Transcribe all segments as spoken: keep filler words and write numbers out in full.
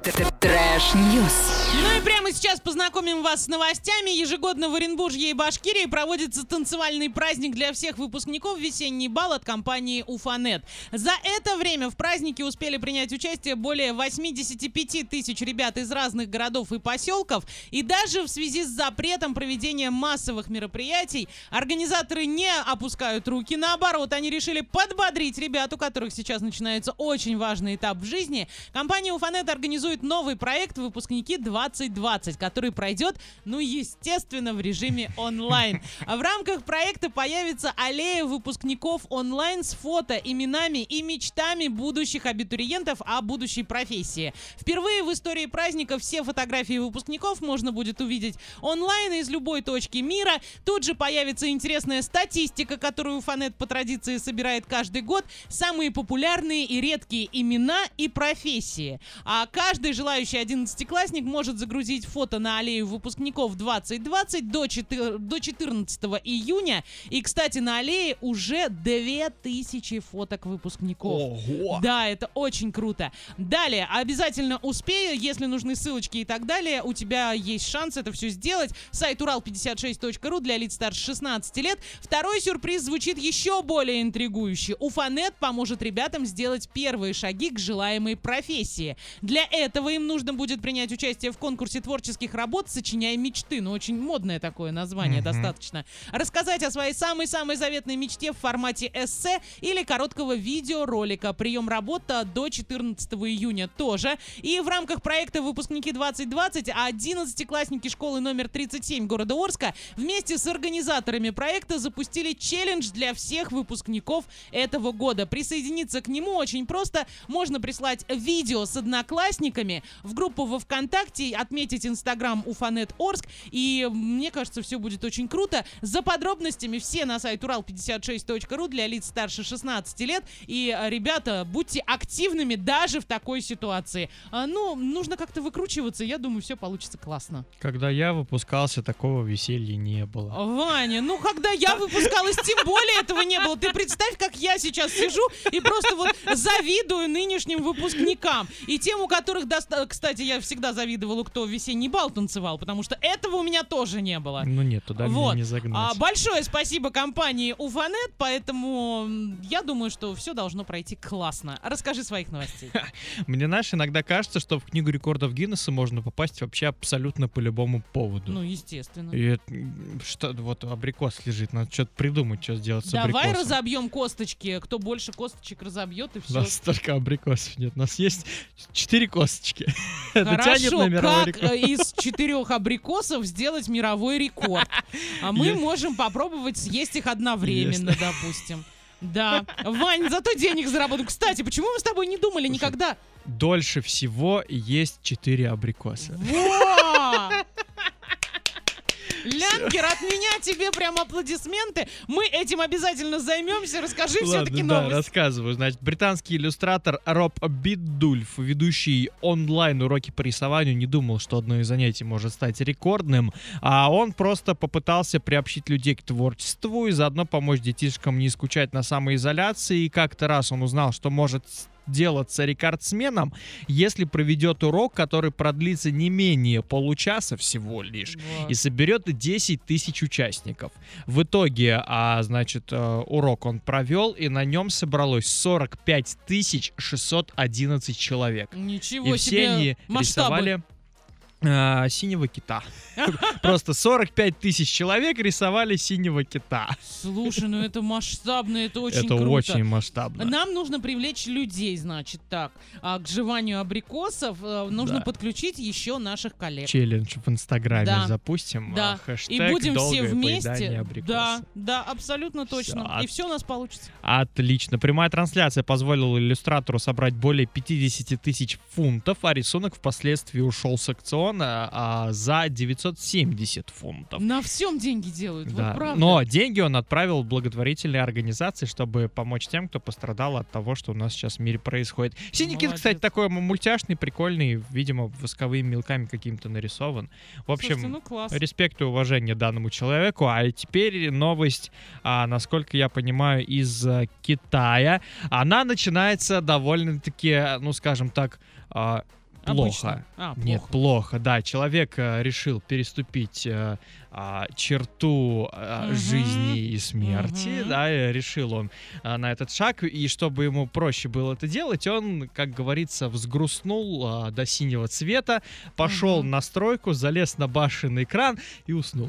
Трэш-ньюс. Ну и прямо сейчас познакомим вас с новостями. Ежегодно в Оренбурге и Башкирии проводится танцевальный праздник для всех выпускников «Весенний бал» от компании «Уфанет». За это время в празднике успели принять участие более восемьдесят пять тысяч ребят из разных городов и поселков. И даже в связи с запретом проведения массовых мероприятий организаторы не опускают руки. Наоборот, они решили подбодрить ребят, у которых сейчас начинается очень важный этап в жизни. Компания «Уфанет» организует новый проект «Выпускники двадцать двадцать», который пройдет, ну, естественно, в режиме онлайн. А в рамках проекта появится аллея выпускников онлайн с фото, именами и мечтами будущих абитуриентов о будущей профессии. Впервые в истории праздника все фотографии выпускников можно будет увидеть онлайн из любой точки мира. Тут же появится интересная статистика, которую Уфанет по традиции собирает каждый год. Самые популярные и редкие имена и профессии. А каждый желающий одиннадцатиклассник может загрузить фото на аллею выпускников двадцать двадцать до четырнадцатого июня. И, кстати, на аллее уже две тысячи фоток выпускников. Ого! Да, это очень круто. Далее, обязательно успею, если нужны ссылочки и так далее, у тебя есть шанс это все сделать. Сайт урал пятьдесят шесть точка ру для лиц старше шестнадцати лет. Второй сюрприз звучит еще более интригующе. Уфанет поможет ребятам сделать первые шаги к желаемой профессии. Для этого им нужно будет принять участие в конкурсе творческих работ «Сочиняй мечты». Ну, очень модное такое название, mm-hmm. достаточно. Рассказать о своей самой-самой заветной мечте в формате эссе или короткого видеоролика. Прием работы до четырнадцатого июня тоже. И в рамках проекта «Выпускники двадцать двадцать» одиннадцатиклассники школы номер тридцать семь города Орска вместе с организаторами проекта запустили челлендж для всех выпускников этого года. Присоединиться к нему очень просто. Можно прислать видео с одноклассниками в группу во ВКонтакте, отметить Инстаграм Уфанет Орск, и мне кажется, все будет очень круто. За подробностями все на сайт урал пятьдесят шесть точка ру для лиц старше шестнадцати лет. И, ребята, будьте активными даже в такой ситуации. А, ну, нужно как-то выкручиваться, я думаю, все получится классно. Когда я выпускался, такого веселья не было. Ваня, ну когда я выпускалась, тем более этого не было. Ты представь, как я сейчас сижу и просто вот завидую нынешним выпускникам. И тем, у которых, доста... кстати, я всегда завидовала, кто весенний бал танцевал, потому что этого у меня тоже не было. Ну нет, туда вот. Меня не загнать. А, большое спасибо компании Уфанет, поэтому я думаю, что все должно пройти классно. Расскажи своих новостей. Мне, знаешь, иногда кажется, что в книгу рекордов Гиннесса можно попасть вообще абсолютно по любому поводу. Ну, естественно. И что, вот абрикос лежит, надо что-то придумать, что сделать с абрикосом. Давай разобьем косточки, кто больше косточек разобьет, и все. У нас столько абрикосов нет, у нас есть четыре косточки. Хорошо, как из четырех абрикосов сделать мировой рекорд? А мы можем попробовать съесть их одновременно, допустим. Да. Вань, зато денег заработал. Кстати, почему мы с тобой не думали никогда? Дольше всего есть четыре абрикоса. Во! Лянгер, от меня тебе прям аплодисменты. Мы этим обязательно займемся. Расскажи все-таки да, новость. рассказываю. Значит, британский иллюстратор Роб Биддульф, ведущий онлайн-уроки по рисованию, не думал, что одно из занятий может стать рекордным, а он просто попытался приобщить людей к творчеству и заодно помочь детишкам не скучать на самоизоляции. И как-то раз он узнал, что может делаться рекордсменом, если проведет урок, который продлится не менее получаса всего лишь, вот. И соберет десять тысяч участников. В итоге, а, значит, урок он провел, и на нем собралось сорок пять тысяч шестьсот одиннадцать человек. Ничего и себе все они масштабы. Рисовали а, синего кита. Просто сорок пять тысяч человек рисовали синего кита. Слушай, ну это масштабно, это очень это круто. Это очень масштабно. Нам нужно привлечь людей, значит, так. А к жеванию абрикосов а, нужно да. подключить еще наших коллег. Челлендж в Инстаграме да. запустим. Да. А, хэштег и будем все вместе. Да, да, абсолютно точно. Все. И все у нас получится. Отлично. Прямая трансляция позволила иллюстратору собрать более пятьдесят тысяч фунтов, а рисунок впоследствии ушел с аукциона а, за девятьсот семьдесят фунтов. На всем деньги делают, да. вот правда. Но деньги он отправил в благотворительные организации, чтобы помочь тем, кто пострадал от того, что у нас сейчас в мире происходит. Синий кит, кстати, такой мультяшный, прикольный, видимо, восковыми мелками каким-то нарисован. В общем, слушайте, ну класс. Респект и уважение данному человеку. А теперь новость, а, насколько я понимаю, из а, Китая. Она начинается довольно-таки, ну, скажем так, а, плохо. А, Нет, плохо. плохо, да. Человек э, решил переступить э, а, черту э, Мгм. жизни и смерти, Мгм. да, и решил он а, на этот шаг, и чтобы ему проще было это делать, он, как говорится, взгрустнул а, до синего цвета, пошел Мгм. на стройку, залез на башенный кран и уснул.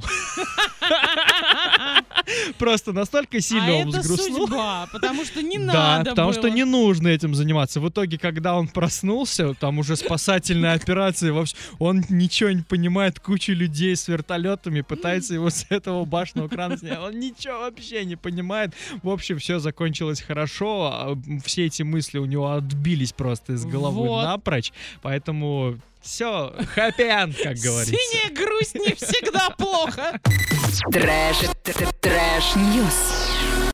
Просто настолько сильно А он это взгрустнул. судьба, потому что не Да, надо потому было. что не нужно этим заниматься. В итоге, когда он проснулся, там уже спасательная операция, вообще, он ничего не понимает, куча людей с вертолетами пытается его с этого башенного крана снять. Он ничего вообще не понимает. В общем, все закончилось хорошо. а, Все эти мысли у него отбились просто из головы Вот. напрочь. Поэтому все, хэппи-энд, как говорится. Синяя грусть не всегда плохо. Трэш, трэш, трэш, ньюс.